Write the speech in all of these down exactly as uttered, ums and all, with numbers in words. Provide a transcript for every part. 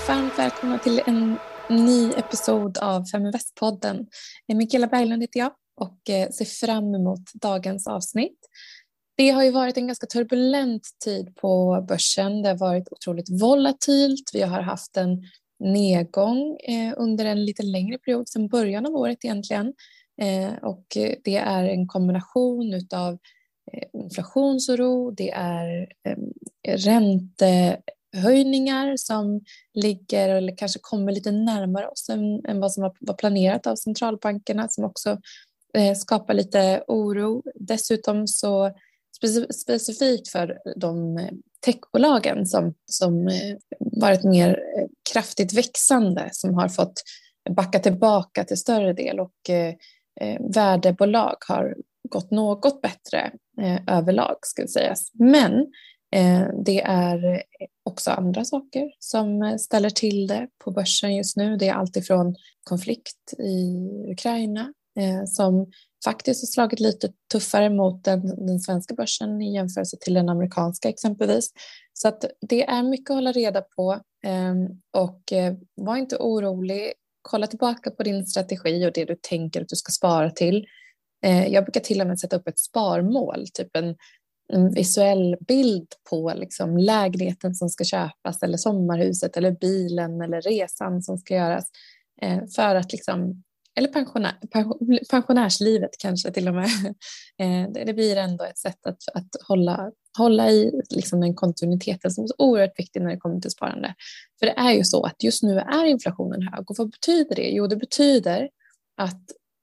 varmt välkomna till en ny episod av Feminvest-podden. Mikaela Berglund heter jag och ser fram emot dagens avsnitt. Det har ju varit en ganska turbulent tid på börsen. Det har varit otroligt volatilt. Vi har haft en nedgång under en lite längre period sedan början av året egentligen. Och det är en kombination av inflationsoro, det är räntehöjningar som ligger eller kanske kommer lite närmare oss än, än vad som var planerat av centralbankerna, som också eh, skapar lite oro. Dessutom så speci- specifikt för de techbolagen som, som eh, varit mer eh, kraftigt växande, som har fått backa tillbaka till större del, och eh, värdebolag har gått något bättre eh, överlag, ska det sägas. Men eh, det är också andra saker som ställer till det på börsen just nu. Det är allt ifrån konflikt i Ukraina eh, som faktiskt har slagit lite tuffare mot den, den svenska börsen i jämförelse till den amerikanska exempelvis. Så att det är mycket att hålla reda på eh, och eh, var inte orolig. Kolla tillbaka på din strategi och det du tänker att du ska spara till. Jag brukar till och med sätta upp ett sparmål, typ en, en visuell bild på liksom lägenheten som ska köpas, eller sommarhuset, eller bilen, eller resan som ska göras. För att liksom, eller pensionär, pensionärslivet kanske till och med. Det blir ändå ett sätt att, att hålla, hålla i liksom den kontinuiteten som är så oerhört viktig när det kommer till sparande. För det är ju så att just nu är inflationen hög. Och vad betyder det? Jo, det betyder att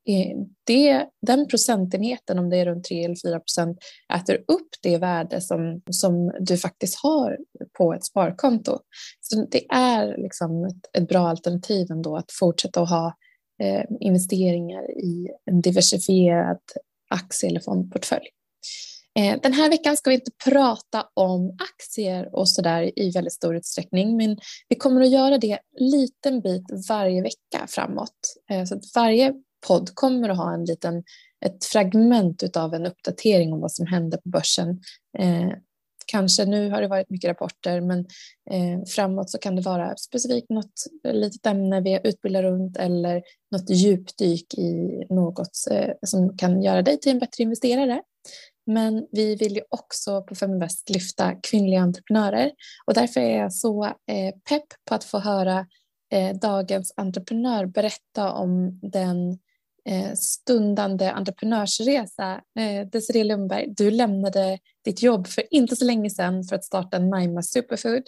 Det, den procentenheten, om det är runt tre eller fyra procent, äter upp det värde som, som du faktiskt har på ett sparkonto. Så det är liksom ett, ett bra alternativ ändå att fortsätta att ha eh, investeringar i en diversifierad aktie- eller fondportfölj. Eh, den här veckan ska vi inte prata om aktier och sådär i väldigt stor utsträckning, men vi kommer att göra det en liten bit varje vecka framåt. Eh, så att varje podd kommer att ha en liten, ett fragment av en uppdatering om vad som händer på börsen. Eh, kanske nu har det varit mycket rapporter, men eh, framåt så kan det vara specifikt något litet ämne vi utbildar runt, eller något djupdyk i något eh, som kan göra dig till en bättre investerare. Men vi vill ju också på Feminvest lyfta kvinnliga entreprenörer, och därför är jag så eh, pepp på att få höra eh, dagens entreprenör berätta om den stundande entreprenörsresa. Desirée Lundberg, du lämnade ditt jobb för inte så länge sedan för att starta Naima Superfood.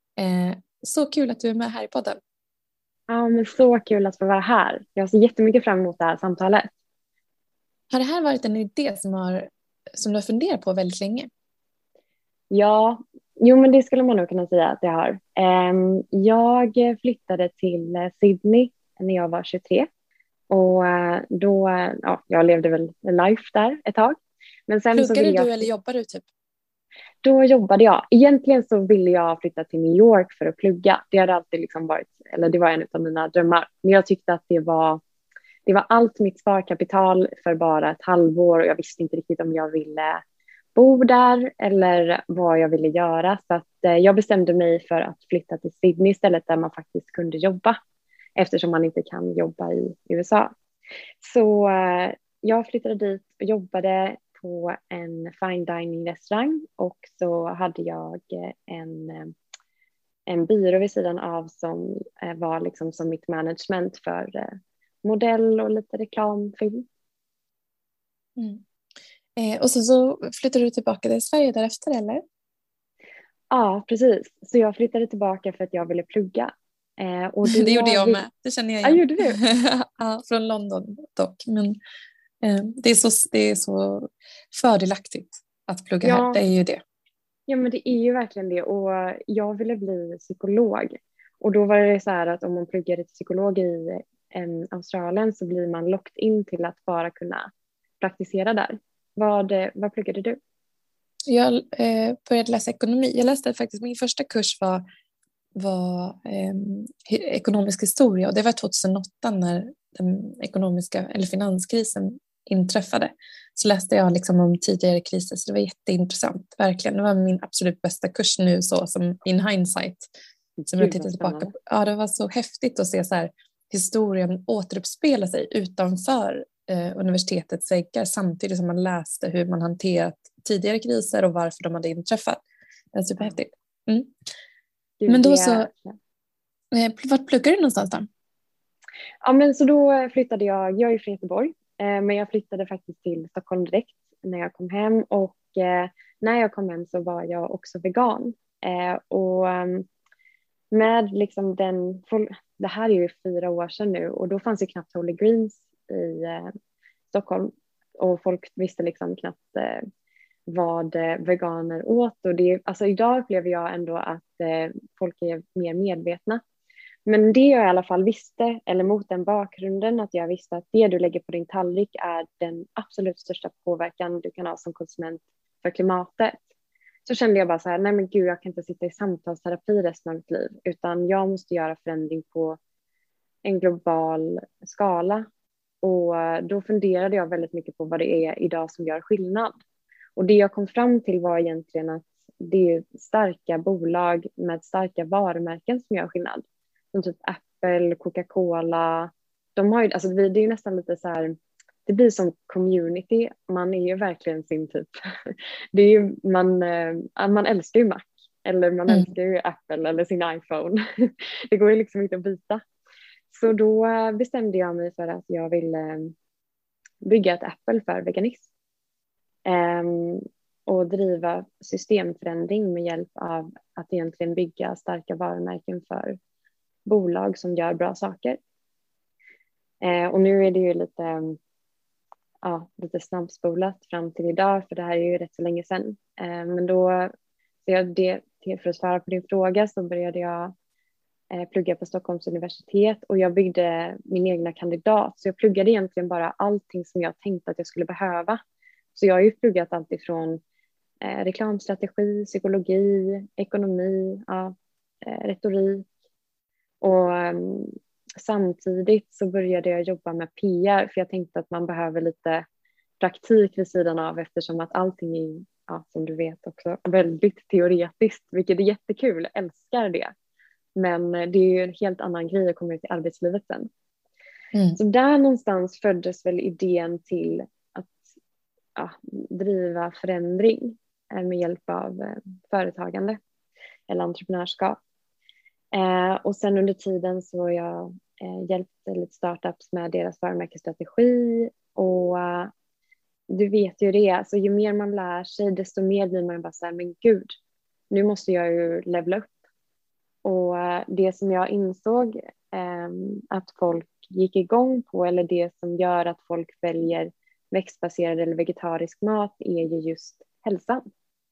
Så kul att du är med här i podden. Ja, men så kul att få vara här. Jag ser jättemycket fram emot det här samtalet. Har det här varit en idé som, har, som du har funderat på väldigt länge? Ja, jo men det skulle man nog kunna säga att jag har. Jag flyttade till Sydney när jag var tjugotre. Och då, ja, jag levde väl life där ett tag. Men sen Pluggade så ville jag... du eller jobbade du typ? Då jobbade jag. Egentligen så ville jag flytta till New York för att plugga. Det hade alltid liksom varit, eller det var en av mina drömmar. Men jag tyckte att det var, det var allt mitt sparkapital för bara ett halvår. Och jag visste inte riktigt om jag ville bo där eller vad jag ville göra. Så att jag bestämde mig för att flytta till Sydney istället, där man faktiskt kunde jobba, eftersom man inte kan jobba i U S A. Så eh, jag flyttade dit och jobbade på en fine dining restaurang, och så hade jag en, en byrå vid sidan av som eh, var liksom som mitt management för eh, modell och lite reklamfilm. Mm. Eh, och så, så flyttade du tillbaka till Sverige därefter, eller? Ja, precis. Så jag flyttade tillbaka för att jag ville plugga. Eh, och då, det gjorde jag med, det känner jag igen. Ja, gjorde du? Ja, från London dock. Men eh, det, är så, det är så fördelaktigt att plugga ja. här, det är ju det. Ja, men det är ju verkligen det, och jag ville bli psykolog. Och då var det så här att om man pluggade till psykolog i en Australien så blir man locked in till att bara kunna praktisera där. Vad, vad pluggade du? Jag eh, började läsa ekonomi. Jag läste faktiskt, min första kurs var var eh, ekonomisk historia, och det var tjugohundraåtta när den ekonomiska eller finanskrisen inträffade. Så läste jag liksom om tidigare kriser, så det var jätteintressant, verkligen. Det var min absolut bästa kurs nu, så som in hindsight. som jag tittar tillbaka på. Ja, det var så häftigt att se så här, historien återuppspela sig utanför eh, universitetets väggar samtidigt som man läste hur man hanterat tidigare kriser och varför de hade inträffat. Det är superhäftigt. Mm. Men då så, eh, vart pluggar du någonstans då? Ja, men så då flyttade jag, jag är från Göteborg, eh, men jag flyttade faktiskt till Stockholm direkt när jag kom hem, och eh, när jag kom hem så var jag också vegan. Eh, och um, med liksom den, det här är ju fyra år sedan nu, och då fanns ju knappt Holy Greens i eh, Stockholm, och folk visste liksom knappt eh, vad eh, veganer åt, och det, alltså idag upplever jag ändå att eh, folk är mer medvetna. Men det jag i alla fall visste, eller mot den bakgrunden att jag visste att det du lägger på din tallrik är den absolut största påverkan du kan ha som konsument för klimatet. Så kände jag bara så här, nej men gud, jag kan inte sitta i samtalsterapi resten av mitt liv, utan jag måste göra förändring på en global skala. Och då funderade jag väldigt mycket på vad det är idag som gör skillnad. Och det jag kom fram till var egentligen att det är starka bolag med starka varumärken som gör skillnad. Som typ Apple, Coca-Cola. De har ju, alltså det är ju nästan lite så här, det blir som community. Man är ju verkligen sin typ. Det är ju, man, man älskar ju Mac. Eller man mm. älskar ju Apple eller sin iPhone. Det går ju liksom inte att byta. Så då bestämde jag mig för att jag ville bygga ett Apple för veganism. Um, och driva systemförändring med hjälp av att egentligen bygga starka varumärken för bolag som gör bra saker. Uh, och nu är det ju lite, ja, lite snabbspolat fram till idag, för det här är ju rätt så länge sedan. Uh, men då, så jag det, för att svara på din fråga, så började jag uh, plugga på Stockholms universitet, och jag byggde min egna kandidat. Så jag pluggade egentligen bara allting som jag tänkte att jag skulle behöva. Så jag har ju pluggat allt ifrån eh, reklamstrategi, psykologi, ekonomi, ja, eh, retorik. Och eh, samtidigt så började jag jobba med P R, för jag tänkte att man behöver lite praktik vid sidan av, eftersom att allting är, ja, som du vet också, väldigt teoretiskt, vilket är jättekul, jag älskar det. Men det är ju en helt annan grej att komma ut i arbetslivet sen. Mm. Så där någonstans föddes väl idén till Ja, driva förändring med hjälp av eh, företagande eller entreprenörskap. Eh, och sen under tiden så har jag eh, hjälpt lite startups med deras varumärkesstrategi, och eh, du vet ju det, alltså ju mer man lär sig desto mer blir man bara så här, men gud, nu måste jag ju levla upp. Och eh, det som jag insåg eh, att folk gick igång på, eller det som gör att folk väljer växtbaserad eller vegetarisk mat, är ju just hälsan.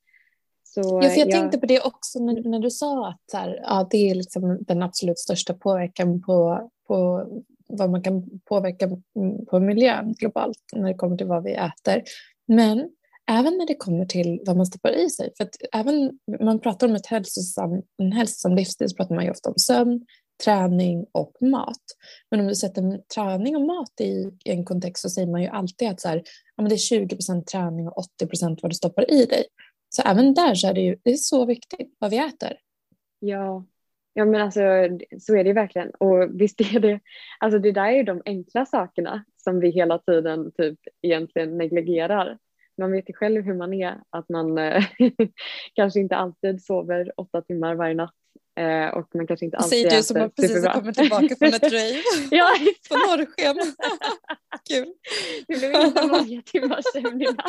Så ja, för jag, jag tänkte på det också när, när du sa att så här, ja, det är liksom den absolut största påverkan på, på vad man kan påverka på miljön globalt när det kommer till vad vi äter. Men även när det kommer till vad man stoppar i sig. För att även man pratar om ett hälsosam, en hälsosam livsstil, så pratar man ju ofta om sömn, träning och mat. Men om du sätter träning och mat i en kontext, så säger man ju alltid att så här, ja, men det är tjugo procent träning och åttio procent vad du stoppar i dig. Så även där så är det ju det är så viktigt vad vi äter. Ja, ja men alltså så är det verkligen. Och visst är det, alltså det där är ju de enkla sakerna som vi hela tiden typ egentligen negligerar. Man vet ju själv hur man är, att man kanske inte alltid sover åtta timmar varje natt. Eh, och man kanske inte alltid äter. Säger du som har precis har kommit tillbaka från ett rave. Ja, på Norrsken. Kul. Det blev inte många timmars sömn innan.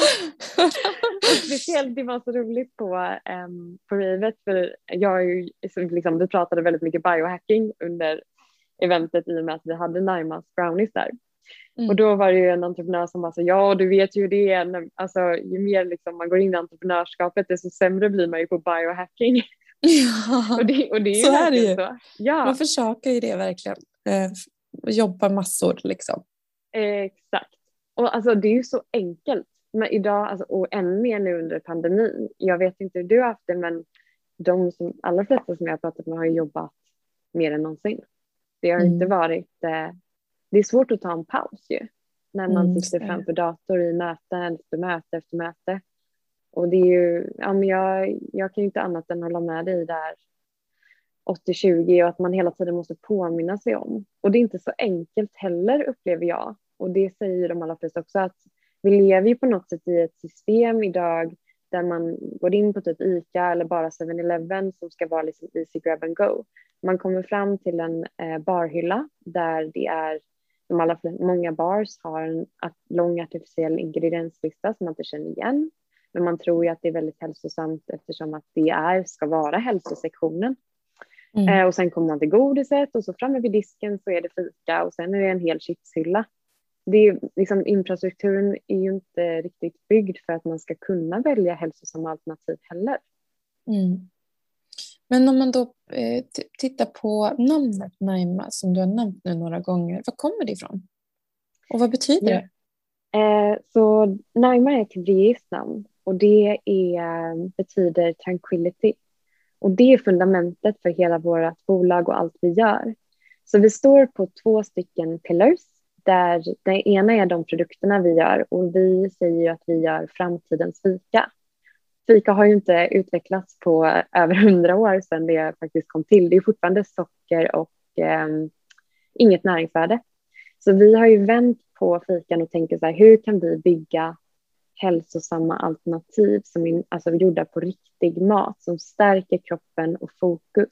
Och speciellt det var så roligt på, um, på ravet, för jag är ju, liksom, vi pratade väldigt mycket biohacking under eventet i och med att vi hade Naimas brownies där. Mm. Och då var det ju en entreprenör som var så, ja du vet ju det är, alltså ju mer liksom man går in i entreprenörskapet desto sämre blir man ju på biohacking. Ja, och det, och det är ju så är det ju. Så. Ja. Man försöker ju det verkligen. Eh, jobba massor liksom. Eh, exakt. Och alltså det är ju så enkelt. Men idag, alltså, och än mer nu under pandemin. Jag vet inte hur du har haft det, men de som, alla flesta som jag har pratat med har jobbat mer än någonsin. Det har mm. inte varit, eh, det är svårt att ta en paus ju. När man mm, sitter framför dator i möten efter möte efter möte. Och det är ju, ja men jag, jag kan ju inte annat än hålla med dig där. åttio tjugo och att man hela tiden måste påminna sig om. Och det är inte så enkelt heller, upplever jag. Och det säger de allra flesta också, att vi lever ju på något sätt i ett system idag där man går in på typ ICA eller bara seven eleven som ska vara liksom easy grab and go. Man kommer fram till en eh, barhylla där det är, de allra flesta, många bars har en lång artificiell ingredienslista som man inte känner igen. Men man tror ju att det är väldigt hälsosamt eftersom att det är, ska vara hälsosektionen. Mm. Eh, och sen kommer man till godiset och så framme vid disken så är det fika och sen är det en hel chipshylla. Det är, liksom, infrastrukturen är ju inte riktigt byggd för att man ska kunna välja hälsosamma alternativ heller. Mm. Men om man då eh, t- tittar på namnet Naima som du har nämnt nu några gånger, var kommer det ifrån? Och vad betyder ja. det? Eh, så Naima är ett hebreiskt namn och det är, betyder tranquility. Och det är fundamentet för hela vårt bolag och allt vi gör. Så vi står på två stycken pillars. Där det ena är de produkterna vi gör och vi säger ju att vi gör framtidens fika. Fika har ju inte utvecklats på över hundra år sedan det faktiskt kom till. Det är fortfarande socker och eh, inget näringsvärde. Så vi har ju vänt på fikan och tänker så här, hur kan vi bygga hälsosamma alternativ som är alltså, gjorda på riktig mat som stärker kroppen och fokus.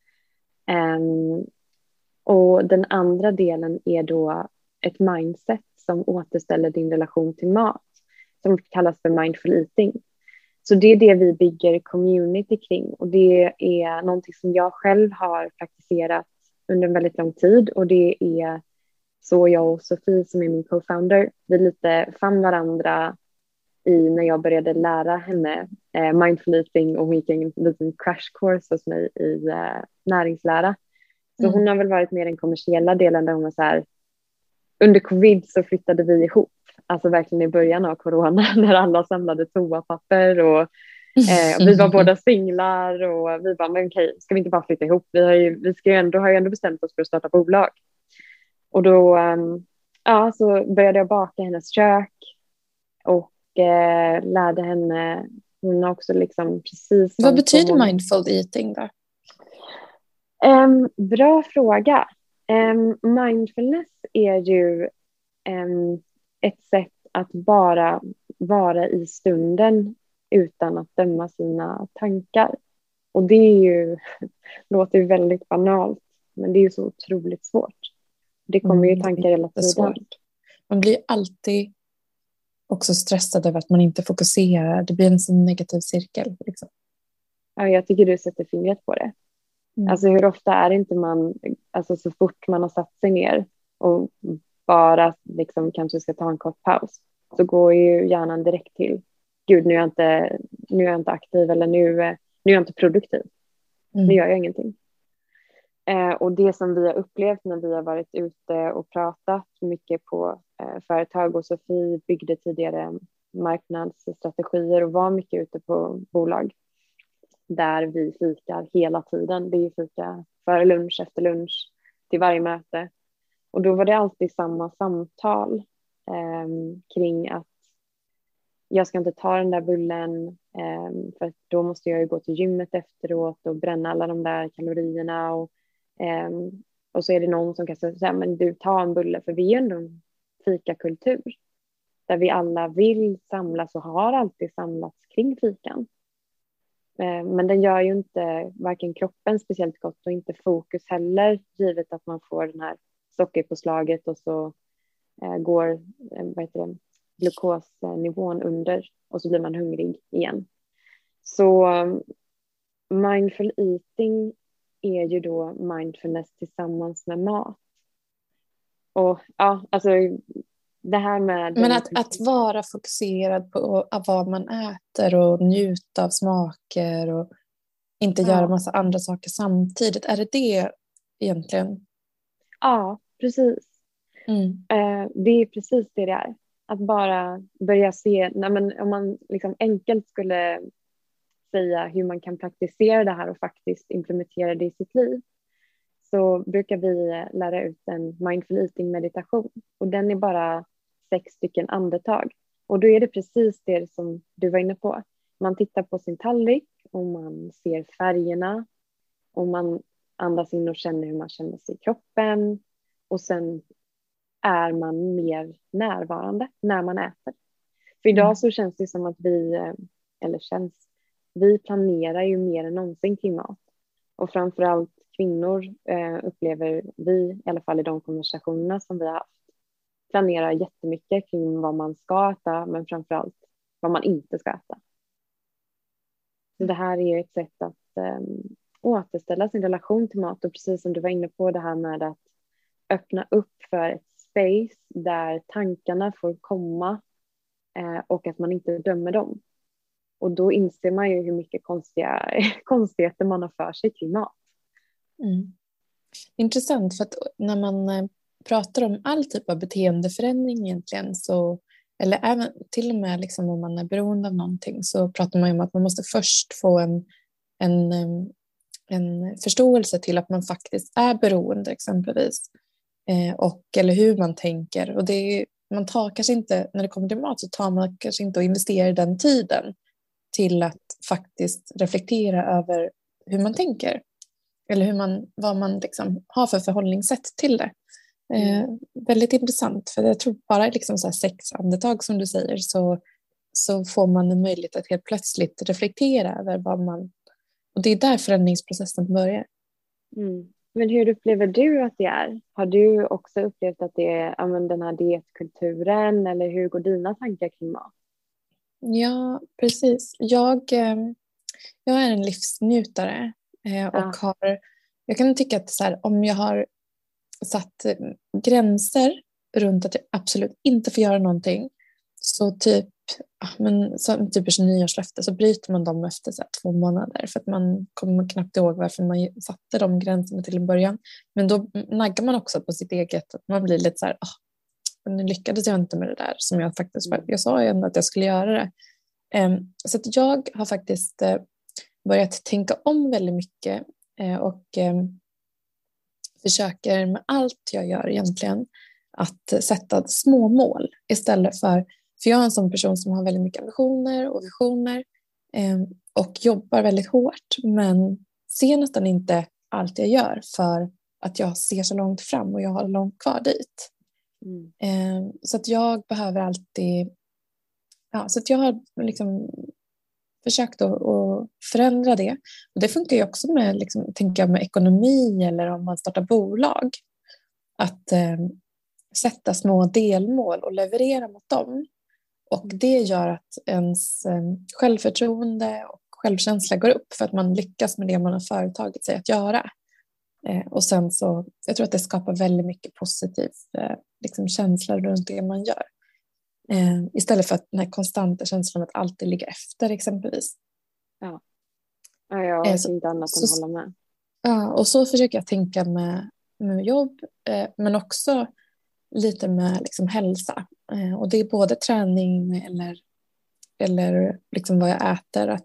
Um, och den andra delen är då ett mindset som återställer din relation till mat som kallas för mindful eating. Så det är det vi bygger community kring och det är någonting som jag själv har praktiserat under en väldigt lång tid och det är så jag och Sofie som är min co-founder, vi lite fann varandra i när jag började lära henne eh, mindful eating och hon gick en liten crash course hos mig i eh, näringslära. Så mm. hon har väl varit med den kommersiella delen där hon var så här, under covid så flyttade vi ihop, alltså verkligen i början av corona när alla samlade toapapper och eh, vi var båda singlar och vi bara, men okej, ska vi inte bara flytta ihop? Vi har ju, vi ska ju ändå, har ju ändå bestämt oss för att starta bolag. Och då um, ja, så började jag baka hennes kök och eh, lärde henne, hon har också liksom precis... Vad betyder hon... mindful eating då? Um, bra fråga. Um, mindfulness är ju um, ett sätt att bara vara i stunden utan att döma sina tankar. Och det är ju, låter ju väldigt banalt, men det är ju så otroligt svårt. Det kommer ju tankar hela tiden. Man blir alltid också stressad över att man inte fokuserar. Det blir en sån negativ cirkel. Liksom. Ja, jag tycker du sätter fingret på det. Mm. Alltså hur ofta är det inte man, alltså så fort man har satt sig ner och bara liksom kanske ska ta en kort paus så går ju hjärnan direkt till gud, nu är jag inte, nu är jag inte aktiv eller nu, nu är jag inte produktiv. Mm. Nu gör jag ingenting. Eh, och det som vi har upplevt när vi har varit ute och pratat mycket på eh, företag och Sofie byggde tidigare marknadsstrategier och var mycket ute på bolag där vi fikar hela tiden. Det är fika före lunch, efter lunch, till varje möte. Och då var det alltid samma samtal eh, kring att jag ska inte ta den där bullen eh, för då måste jag ju gå till gymmet efteråt och bränna alla de där kalorierna och Um, och så är det någon som kan säga men du, tar en bulle för vi är ändå en fikakultur där vi alla vill samlas och har alltid samlats kring fikan. Uh, men den gör ju inte varken kroppen speciellt gott och inte fokus heller givet att man får den här sockerpåslaget och så uh, går uh, vad heter det, glukosnivån under och så blir man hungrig igen. Så um, mindful eating är ju då mindfulness tillsammans med mat. Och ja, alltså det här med... Men att, att vara fokuserad på vad man äter och njuta av smaker och inte ja. göra massa andra saker samtidigt. Är det det egentligen? Ja, precis. Mm. Eh, det är precis det det är. Att bara börja se, nej men om man liksom enkelt skulle säga hur man kan praktisera det här och faktiskt implementera det i sitt liv så brukar vi lära ut en mindful eating meditation och den är bara sex stycken andetag och då är det precis det som du var inne på. Man tittar på sin tallrik och man ser färgerna och man andas in och känner hur man känner sig i kroppen. Och sen är man mer närvarande när man äter. För idag Mm. så känns det som att vi, eller känns, vi planerar ju mer än någonsin kring mat. Och framförallt kvinnor eh, upplever vi, i alla fall i de konversationerna som vi har haft, planerar jättemycket kring vad man ska äta, men framförallt vad man inte ska äta. Så det här är ju ett sätt att eh, återställa sin relation till mat. Och precis som du var inne på, det här med att öppna upp för ett space där tankarna får komma eh, och att man inte dömer dem. Och då inser man ju hur mycket konstiga, konstigheter man har för sig kring mat. Mm. Intressant, för att när man eh, pratar om all typ av beteendeförändring egentligen, så, eller även till och med liksom om man är beroende av någonting, så pratar man ju om att man måste först få en, en, eh, en förståelse till att man faktiskt är beroende exempelvis. Eh, och, eller hur man tänker. Och det är, man tar kanske inte, när det kommer till mat så tar man kanske inte och investerar den tiden till att faktiskt reflektera över hur man tänker. Eller hur man, vad man liksom har för förhållningssätt till det. Eh, väldigt intressant, för jag tror bara liksom så här sex andetag som du säger, så, så får man en möjlighet att helt plötsligt reflektera över vad man, och det är där förändringsprocessen börjar. Mm. Men hur upplever du att det är? Har du också upplevt att det är ja, men den här dietkulturen, eller hur går dina tankar kring mat? Ja, precis. Jag, eh, jag är en livsnjutare eh, och Ja. har, jag kan tycka att så här, om jag har satt eh, gränser runt att jag absolut inte får göra någonting, så typ, ja, men som typ ett nyårslöfte, så bryter man dem efter så här, två månader, för att man kommer knappt ihåg varför man satte de gränserna till en början. Men då naggar man också på sitt eget, att man blir lite så här, oh, nu lyckades jag inte med det där som jag faktiskt, jag sa ju ändå att jag skulle göra det. Um, så att jag har faktiskt uh, börjat tänka om väldigt mycket uh, och um, försöker med allt jag gör egentligen att sätta små mål istället för, för jag är en sån person som har väldigt mycket ambitioner och visioner eh, och jobbar väldigt hårt, men ser nästan inte allt jag gör för att jag ser så långt fram och jag har långt kvar dit. Mm. Eh, så att jag behöver alltid, ja, så att jag har liksom försökt att, att förändra det. Och det funkar ju också med, liksom, tänker jag, med ekonomi eller om man startar bolag. Att eh, sätta små delmål och leverera mot dem. Och det gör att ens eh, självförtroende och självkänsla går upp för att man lyckas med det man har företagit sig att göra. Eh, och sen så, jag tror att det skapar väldigt mycket positiv eh, liksom känsla runt det man gör. Eh, istället för att den här konstanta känslan att alltid ligga efter exempelvis. Ja, ja jag eh, har så, inte annat än så, hålla med. Ja, och så försöker jag tänka med, med jobb, eh, men också lite med liksom hälsa. Eh, och det är både träning eller, eller liksom vad jag äter. Att,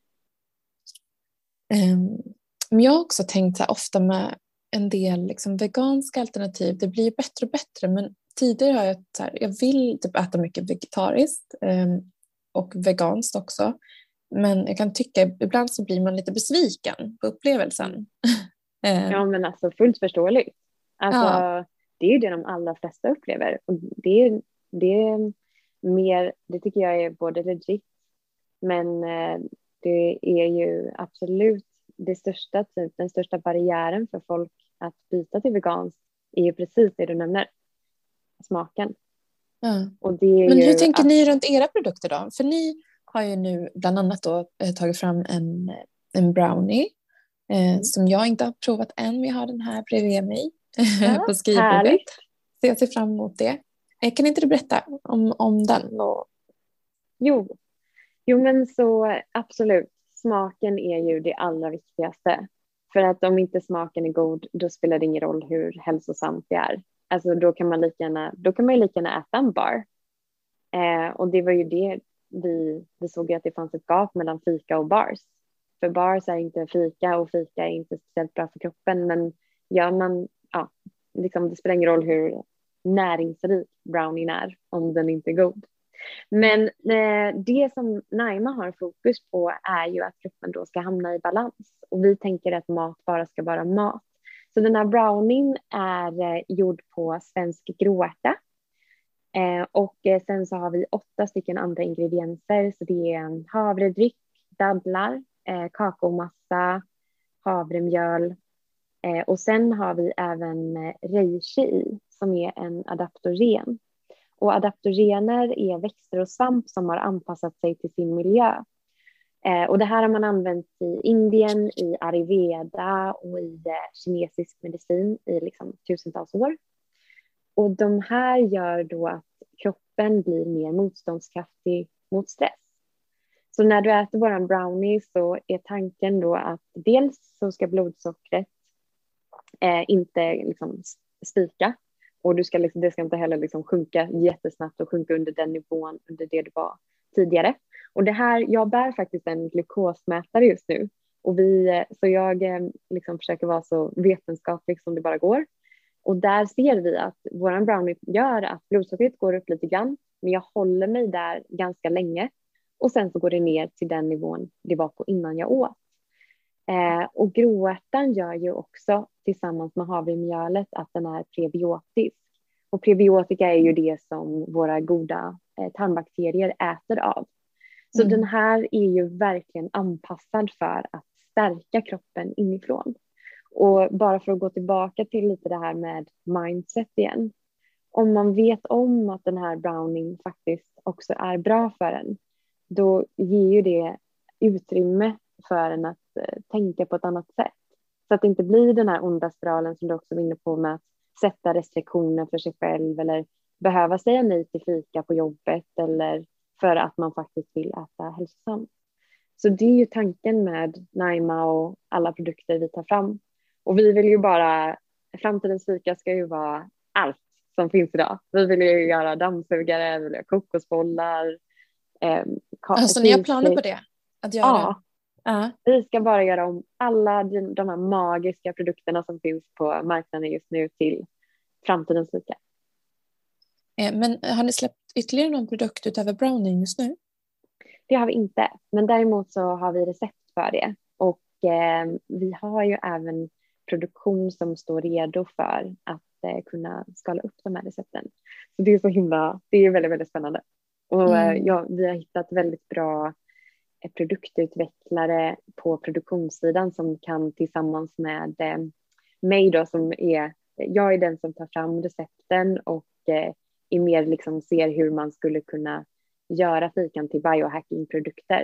eh, men jag har också tänkt så här, ofta med en del liksom veganska alternativ, det blir bättre och bättre, men tidigare har jag så här, jag vill typ äta mycket vegetariskt eh, och veganskt också. Men jag kan tycka ibland så blir man lite besviken på upplevelsen. Ja, men alltså fullt förståeligt. Alltså, Ja. det är ju det de allra flesta upplever. Och det är, det är mer, det tycker jag är både legit, men eh, det är ju absolut det största, typ, den största barriären för folk att byta till veganskt är ju precis det du nämner. Smaken. Ja. Och det är Men hur ju tänker att, ni runt era produkter då? För ni har ju nu bland annat då eh, tagit fram en, en brownie eh, mm. som jag inte har provat än, men jag har den här bredvid mig Ja, på skrivbordet. härligt. Så jag ser fram emot det. Eh, kan inte du berätta om, om den? Och... Jo. jo, men så absolut. Smaken är ju det allra viktigaste. För att om inte smaken är god, då spelar det ingen roll hur hälsosamt det är. Alltså då kan man lika gärna, då kan man ju lika gärna äta en bar. Eh, och det var ju det vi, vi såg, att det fanns ett gap mellan fika och bars. För bars är inte fika och fika är inte speciellt bra för kroppen. Men gör man, ja, liksom, det spelar ingen roll hur näringsrik brownien är om den inte är god. Men eh, det som Naima har fokus på är ju att kroppen då ska hamna i balans. Och vi tänker att mat bara ska vara mat. Så den här brownien är eh, gjord på svensk gråärta. Eh, och eh, sen så har vi åtta stycken andra ingredienser. Så det är havredryck, dadlar, eh, kakaomassa, havremjöl. Eh, och sen har vi även eh, reishi i, som är en adaptogen. Och adaptogener är växter och svamp som har anpassat sig till sin miljö. Eh, och det här har man använt i Indien, i ayurveda och i eh, kinesisk medicin i liksom tusentals år. Och de här gör då att kroppen blir mer motståndskraftig mot stress. Så när du äter våran brownie så är tanken då att dels så ska blodsockret eh, inte liksom spika. Och du ska liksom, det ska inte heller liksom sjunka jättesnabbt och sjunka under den nivån under det det var tidigare. Och det här, jag bär faktiskt en glukosmätare just nu. Och vi, så jag liksom försöker vara så vetenskaplig som det bara går. Och där ser vi att våran brownie gör att blodsockret går upp lite grann. Men jag håller mig där ganska länge. Och sen så går det ner till den nivån det var på innan jag åt. Eh, och gråärtan gör ju också tillsammans med havremjölet att den är prebiotisk. Och prebiotika är ju det som våra goda eh, tarmbakterier äter av. Så mm. den här är ju verkligen anpassad för att stärka kroppen inifrån. Och bara för att gå tillbaka till lite det här med mindset igen. Om man vet om att den här browning faktiskt också är bra för en, då ger ju det utrymme för en att eh, tänka på ett annat sätt. Så att det inte blir den här onda spiralen som du också var inne på med att sätta restriktioner för sig själv eller behöva säga nej till fika på jobbet eller för att man faktiskt vill äta hälsosamt. Så det är ju tanken med Naima och alla produkter vi tar fram. Och vi vill ju bara, framtidens fika ska ju vara allt som finns idag. Vi vill ju göra dammsugare, vi vill göra kokosbollar. Eh, alltså ni har planer på det? Att göra? Ja. Uh-huh. Vi ska bara göra om alla de, de här magiska produkterna som finns på marknaden just nu till framtidens fika. Eh, men har ni släppt ytterligare någon produkt utöver brownie just nu? Det har vi inte, men däremot så har vi recept för det. Och eh, vi har ju även produktion som står redo för att eh, kunna skala upp de här recepten. Så det är så himla, det är väldigt, väldigt spännande. Och mm. eh, ja, vi har hittat väldigt bra eh, produktutvecklare på produktionssidan som kan tillsammans med eh, mig då som är, jag är den som tar fram recepten och eh, är mer liksom ser hur man skulle kunna göra fikan till biohacking-produkter.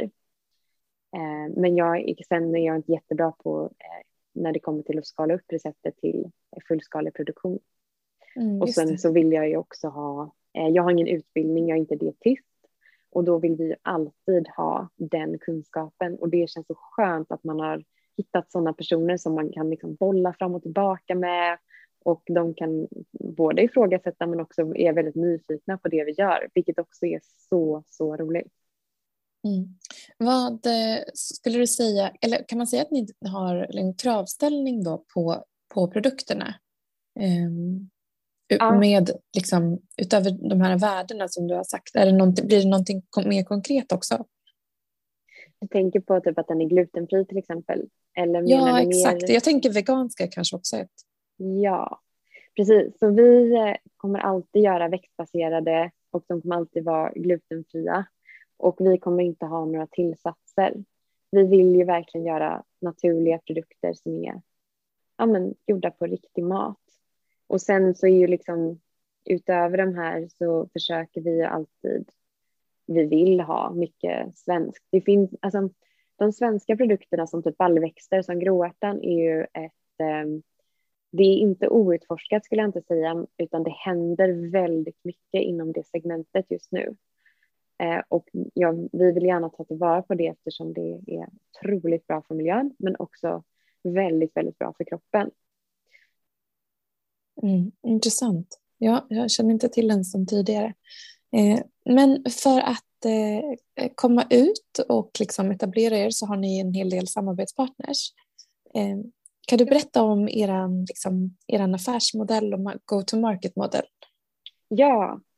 Eh, men jag, sen är jag inte jättebra på eh, när det kommer till att skala upp receptet till fullskalig produktion. Mm, och sen det. Så vill jag ju också ha, eh, jag har ingen utbildning, jag är inte dietist. Och då vill vi ju alltid ha den kunskapen. Och det känns så skönt att man har hittat sådana personer som man kan liksom bolla fram och tillbaka med. Och de kan både ifrågasätta men också är väldigt nyfikna på det vi gör. Vilket också är så, så roligt. Mm. Vad skulle du säga, eller kan man säga att ni har en kravställning då på, på produkterna? Um, ja. Med liksom, utöver de här värdena som du har sagt, är det någonting, blir det någonting mer konkret också? Du tänker på typ att den är glutenfri till exempel? Eller ja, exakt. Mer... Jag tänker veganska kanske också. Ett... Ja, precis. Så vi kommer alltid göra växtbaserade och de kommer alltid vara glutenfria. Och vi kommer inte ha några tillsatser. Vi vill ju verkligen göra naturliga produkter som är ja, men, gjorda på riktig mat. Och sen så är ju liksom utöver de här så försöker vi ju alltid, vi vill ha mycket svenskt. Det finns, alltså de svenska produkterna som typ baljväxter som gråärtan är ju ett, eh, det är inte outforskat skulle jag inte säga, utan det händer väldigt mycket inom det segmentet just nu. Eh, och ja, vi vill gärna ta tillvara på det eftersom det är otroligt bra för miljön men också väldigt, väldigt bra för kroppen. Mm, intressant. Ja, jag känner inte till den som tidigare. Eh, men för att eh, komma ut och liksom etablera er så har ni en hel del samarbetspartners. Eh, kan du berätta om eran, liksom, eran affärsmodell och go-to-market-modell? Ja,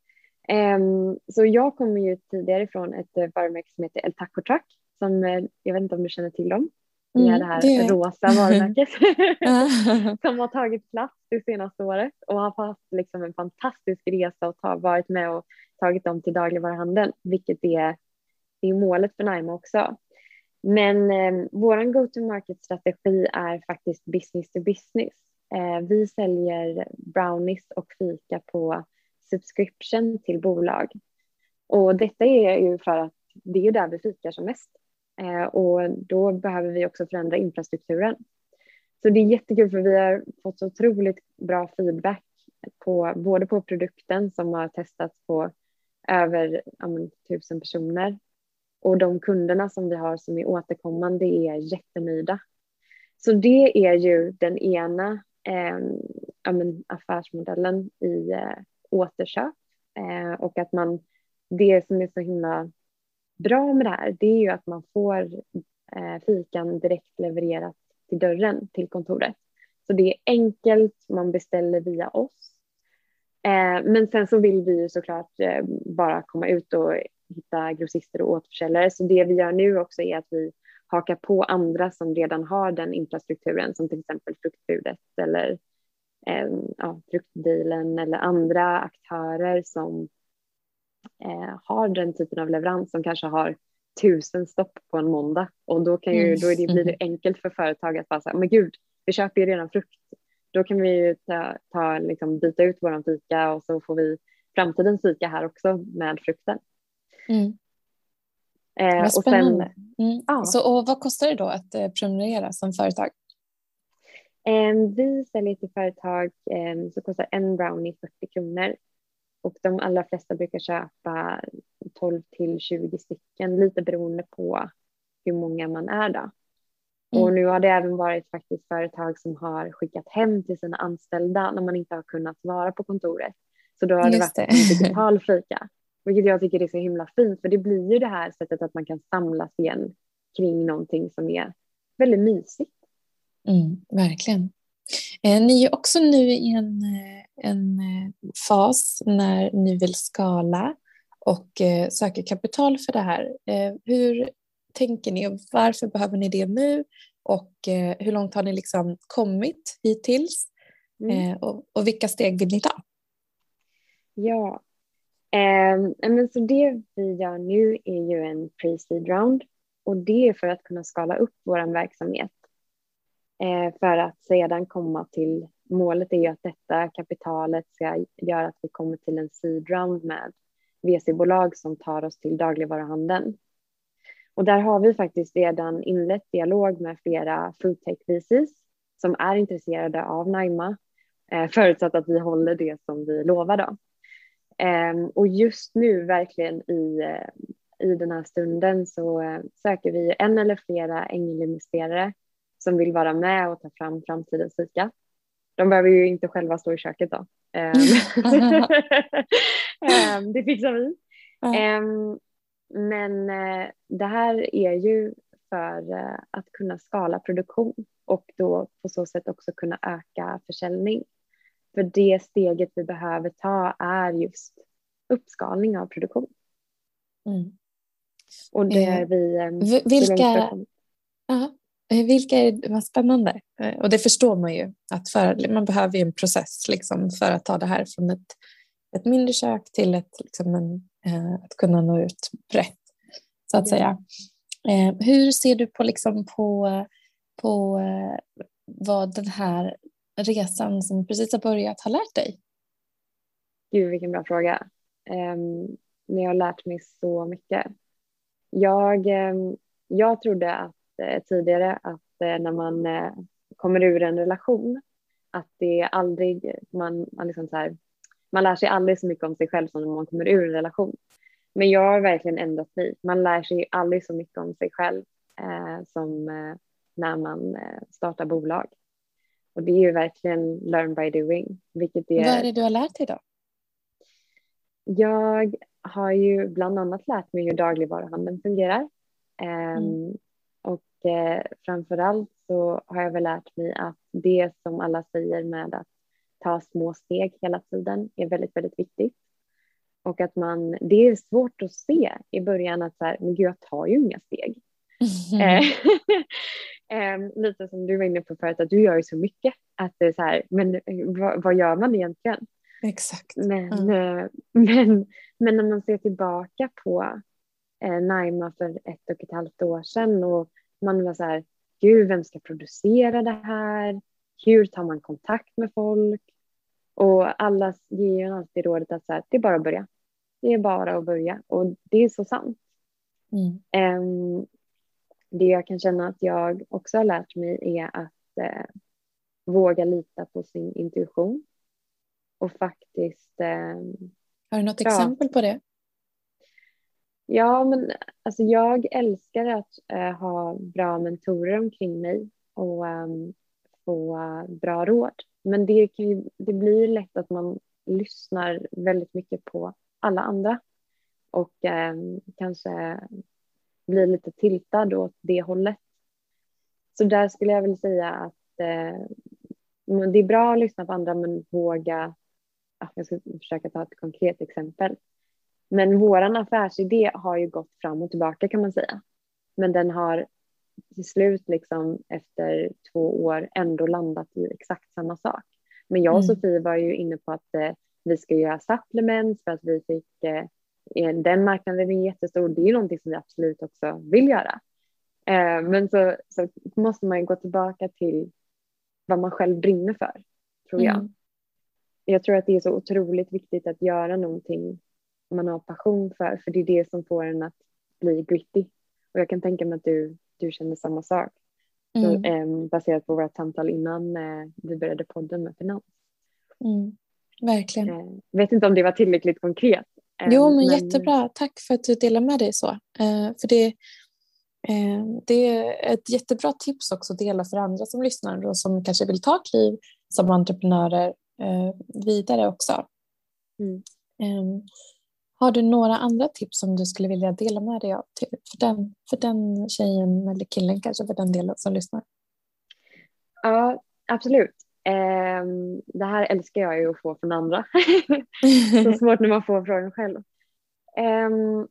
Ehm, så jag kommer ju tidigare från ett eh, varumärke som heter El Taco Truck, som eh, jag vet inte om du känner till dem. Det är det Mm, här det... rosa varumärket Ah, som har tagit plats det senaste året och har haft liksom en fantastisk resa och ta, varit med och tagit dem till dagligvaruhandeln, vilket är, det är målet för Naima också. Men eh, vår go-to-market-strategi är faktiskt business to business. Eh, vi säljer brownies och fika på subscription till bolag. Och detta är ju för att det är där vi fikar som mest. Eh, och då behöver vi också förändra infrastrukturen. Så det är jättekul för vi har fått så otroligt bra feedback på, både på produkten som har testats på över ja, men, tusen personer. Och de kunderna som vi har som är återkommande är jättenöjda. Så det är ju den ena eh, ja, men, affärsmodellen i eh, återköp. Eh, och att man, det som är så himla bra med det här, det är ju att man får eh, fikan direkt levererat till dörren till kontoret. Så det är enkelt, man beställer via oss. Eh, men sen så vill vi ju såklart eh, bara komma ut och hitta grossister och återförsäljare. Så det vi gör nu också är att vi hakar på andra som redan har den infrastrukturen, som till exempel fruktbudet eller eh, ja, fruktbilen eller andra aktörer som eh, har den typen av leverans, som kanske har tusen stopp på en måndag. Och då, kan ju, då är det, blir det enkelt för företag att bara säga, men gud, vi köper ju redan frukt. Då kan vi ju ta, ta, liksom, byta ut våran fika och så får vi framtidens fika här också med frukten. mm. Eh, Vad och spännande. sen, Mm. ja, Så, och vad kostar det då att eh, prenumerera som företag? eh, vi säljer till företag eh, så kostar en brownie fyrtio kronor. Och de allra flesta brukar köpa tolv till tjugo stycken, lite beroende på hur många man är då. Mm. Och nu har det även varit faktiskt företag som har skickat hem till sina anställda när man inte har kunnat vara på kontoret. Så då har det Just varit det. en digital fika. Vilket jag tycker är så himla fint, för det blir ju det här sättet att man kan samlas igen kring någonting som är väldigt mysigt. Mm, verkligen. Eh, ni är också nu i en, eh, en eh, fas när ni vill skala och eh, söker kapital för det här. Eh, hur tänker ni och varför behöver ni det nu? Och eh, hur långt har ni liksom kommit hittills? Mm. Eh, och, och vilka steg vill ni ta? Ja, eh, men så det vi gör nu är ju en pre-seed round, och det är för att kunna skala upp vår verksamhet. Eh, för att sedan komma till, målet är ju att detta kapitalet ska göra att vi kommer till en seed round med V C-bolag som tar oss till dagligvaruhandeln. Och där har vi faktiskt redan inlett dialog med flera foodtech-V Cs som är intresserade av Naima, eh, förutsatt att vi håller det som vi lovar då. Eh, och just nu verkligen i, eh, i den här stunden så eh, söker vi en eller flera ängelinvesterare som vill vara med och ta fram framtidens fika. De behöver ju inte själva stå i köket då. um, det fixar vi. Um, men uh, det här är ju för uh, att kunna skala produktion och då på så sätt också kunna öka försäljning. För det steget vi behöver ta är just uppskalning av produktion. Mm. Och det Eh, är vi um, vilka... Vilka är vad spännande? Och det förstår man ju att för, man behöver ju en process liksom för att ta det här från ett, ett mindre kök till ett, liksom en, eh, att kunna nå ut brett så att ja. säga. Eh, hur ser du på, liksom på, på eh, vad den här resan som precis har börjat har lärt dig? Gud, vilken bra fråga. Um, men jag har lärt mig så mycket. Jag, um, jag trodde att tidigare att eh, när man eh, kommer ur en relation att det aldrig, man, man, liksom så här, man lär sig aldrig så mycket om sig själv som när man kommer ur en relation. Men jag har verkligen ändrat mig. Man lär sig aldrig så mycket om sig själv eh, som eh, när man eh, startar bolag. Och det är ju verkligen learn by doing. Vilket är... Vad är det du har lärt dig då? Jag har ju bland annat lärt mig hur dagligvaruhandeln fungerar. Eh, mm. Och eh, framförallt så har jag väl lärt mig att det som alla säger med att ta små steg hela tiden är väldigt, väldigt viktigt. Och att man, det är svårt att se i början att så här, men gud, jag tar ju inga steg. Mm. eh, lite som du var inne på förut, att du gör ju så mycket. Att det är så här, men vad, vad gör man egentligen? Exakt. Men, Mm. eh, men, men när man ser tillbaka på eh, Naima för ett och ett halvt år sedan och man var så här, gud, vem ska producera det här? Hur tar man kontakt med folk? Och alla ger ju alltid rådet att så här, det är bara att börja. Det är bara att börja. Och det är så sant. Mm. Um, det jag kan känna att jag också har lärt mig är att uh, våga lita på sin intuition. Och faktiskt... Um, Har du något ja. exempel på det? Ja, men alltså jag älskar att uh, ha bra mentorer omkring mig och um, få uh, bra råd. Men det, kan ju, det blir lätt att man lyssnar väldigt mycket på alla andra och eh, kanske blir lite tiltad åt det hållet. Så där skulle jag vilja säga att eh, det är bra att lyssna på andra men våga, ja, jag ska försöka ta ett konkret exempel. Men våran affärsidé har ju gått fram och tillbaka kan man säga. Men den har till slut liksom efter två år ändå landat i exakt samma sak. Men jag och Mm. Sofie var ju inne på att eh, vi ska göra supplements för att vi fick eh, den marknaden är jättestor. Det är ju någonting som vi absolut också vill göra. Eh, men så, så måste man ju gå tillbaka till vad man själv brinner för, tror jag. Mm. Jag tror att det är så otroligt viktigt att göra någonting man har passion för. För det är det som får en att bli gritty. Och jag kan tänka mig att du, du känner samma sak. Mm. Så, eh, baserat på våra samtal innan eh, vi började podden med finans. Mm. Verkligen. Eh, vet inte om det var tillräckligt konkret. Eh, Jo, men, men jättebra. Tack för att du delar med dig så. Eh, för det, eh, det är ett jättebra tips också att dela för andra som lyssnar och som kanske vill ta kliv som entreprenörer eh, vidare också. Mm. Eh, har du några andra tips som du skulle vilja dela med dig av till, för, den, för den tjejen eller killen kanske för den delen som lyssnar? Ja, absolut. Eh, det här älskar jag ju att få från andra. Så svårt när man får frågan själv. Eh,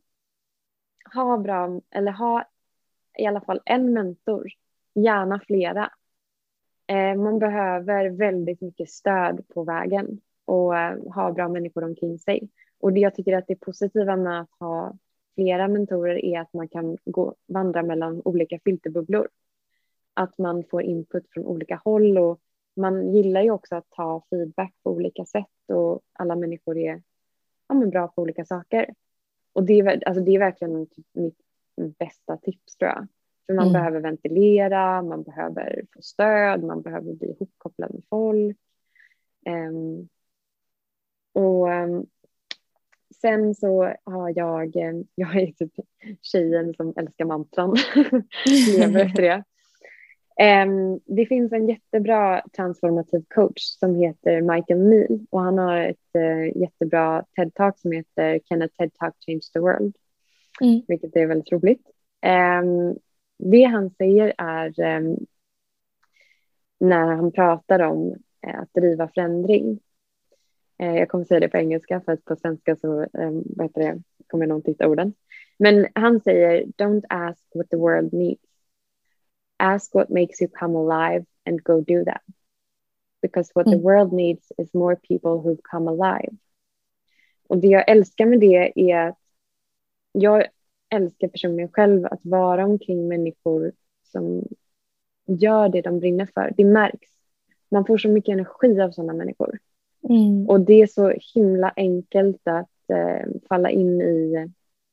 ha bra, eller ha i alla fall en mentor. Gärna flera. Eh, man behöver väldigt mycket stöd på vägen och eh, ha bra människor omkring sig. Och det jag tycker att det positiva med att ha flera mentorer är att man kan gå, vandra mellan olika filterbubblor. Att man får input från olika håll och man gillar ju också att ta feedback på olika sätt och alla människor är ja, men bra på olika saker. Och det är, alltså det är verkligen mitt bästa tips tror jag. För man mm. behöver ventilera, man behöver få stöd, man behöver bli ihopkopplad med folk. Um, och um, sen så har jag, jag är typ tjejen som älskar mantran, lever efter det. Um, det finns en jättebra transformativ coach som heter Michael Neal och han har ett uh, jättebra TED-talk som heter Can a TED-talk change the world? Mm. Vilket är väldigt roligt. Um, det han säger är um, när han pratar om uh, att driva förändring. Uh, jag kommer säga det på engelska för att på svenska så um, vad heter det, kommer någon titta orden. Men han säger don't ask what the world needs. Ask what makes you come alive and go do that. Because what mm. the world needs is more people who come alive. Och det jag älskar med det är att jag älskar personligen själv att vara omkring människor som gör det de brinner för. Det märks. Man får så mycket energi av sådana människor. Mm. Och det är så himla enkelt att eh, falla in i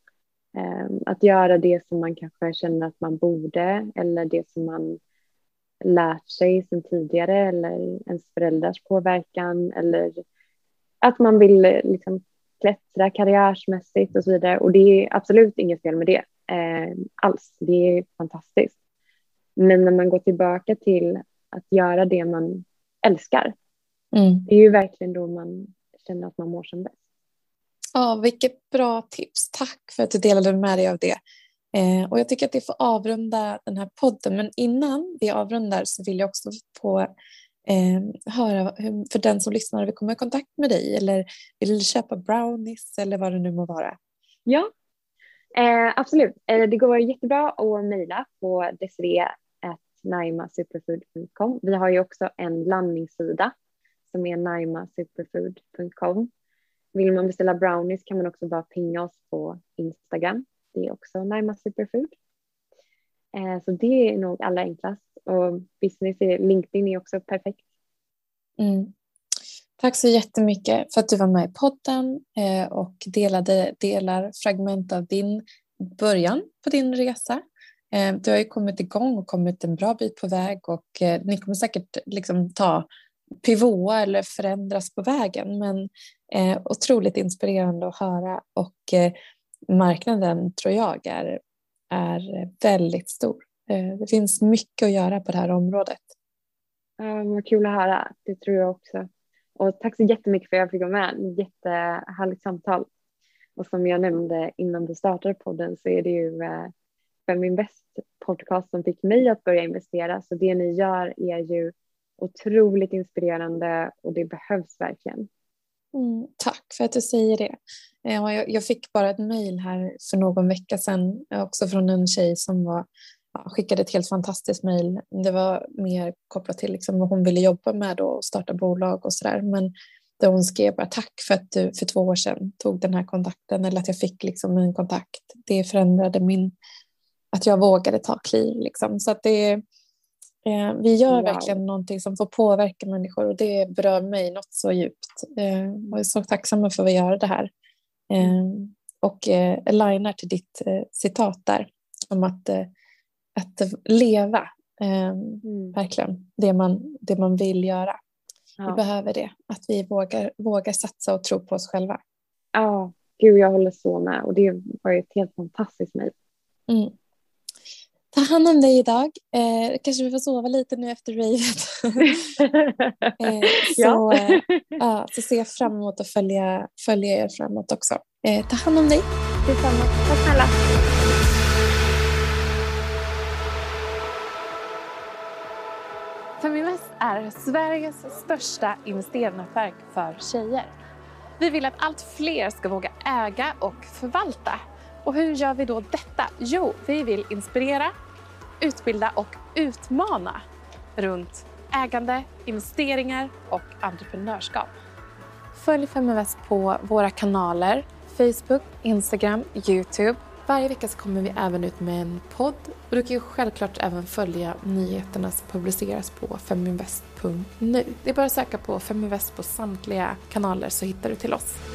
att göra det som man kanske känner att man borde eller det som man lärt sig sedan tidigare eller ens föräldrars påverkan eller att man vill liksom klättra karriärsmässigt och så vidare. Och det är absolut inget fel med det eh, alls. Det är fantastiskt. Men när man går tillbaka till att göra det man älskar, mm. det är ju verkligen då man känner att man mår som bäst. Ja, vilket bra tips. Tack för att du delade med dig av det. Eh, och jag tycker att det får avrunda den här podden. Men innan vi avrundar så vill jag också få eh, höra hur, för den som lyssnar vill komma i kontakt med dig eller vill köpa brownies eller vad det nu må vara. Ja, eh, absolut. Eh, det går jättebra att mejla på desiree at naima superfood punkt com. Vi har ju också en landningssida som är naima superfood punkt com. Vill man beställa brownies kan man också bara pinga oss på Instagram. Det är också Naima Superfood. Eh, så det är nog allra enklast. Och business är, LinkedIn är också perfekt. Mm. Tack så jättemycket för att du var med i podden eh, och delade delar, fragment av din början på din resa. Eh, du har ju kommit igång och kommit en bra bit på väg och eh, ni kommer säkert liksom ta pivoa eller förändras på vägen, men eh, otroligt inspirerande att höra och eh, marknaden tror jag är, är väldigt stor. Eh, det finns mycket att göra på det här området. Ja, vad kul att höra, det tror jag också. Och tack så jättemycket för att jag fick vara med. Jättehärligt samtal. Och som jag nämnde innan du startade podden så är det ju eh, Feminvest podcast som fick mig att börja investera. Så det ni gör är ju otroligt inspirerande och det behövs verkligen. Mm, tack för att du säger det. Eh, jag, jag fick bara ett mejl här för någon vecka sedan också från en tjej som var, ja, skickade ett helt fantastiskt mejl. Det var mer kopplat till liksom vad hon ville jobba med då och starta bolag och sådär. Men då hon skrev bara tack för att du för två år sedan tog den här kontakten eller att jag fick liksom en kontakt. Det förändrade min, att jag vågade ta kliv liksom. Så att det eh, vi gör wow. verkligen någonting som får påverka människor och det berör mig något så djupt. Eh, och jag är så tacksamma för att vi gör det här. Eh, och eh, alignar till ditt eh, citat där om att, eh, att leva eh, mm. verkligen det man, det man vill göra. Ja. Vi behöver det, att vi vågar, vågar satsa och tro på oss själva. Ja, gud jag håller så med och det var ju ett helt fantastiskt mejl. Mm. Ta hand om dig idag. Eh, kanske vi får sova lite nu efter ravet. eh, så, ja. eh, ja, så ser jag fram emot att följa, följa er framåt också. Eh, ta hand om dig. Detsamma. Tack snälla. Feminvest är Sveriges största investeringsnätverk för tjejer. Vi vill att allt fler ska våga äga och förvalta. Och hur gör vi då detta? Jo, vi vill inspirera, utbilda och utmana runt ägande, investeringar och entreprenörskap. Följ Feminvest på våra kanaler Facebook, Instagram, YouTube. Varje vecka så kommer vi även ut med en podd och du kan ju självklart även följa nyheterna som publiceras på feminvest punkt nu. Det är bara att söka på Feminvest på samtliga kanaler så hittar du till oss.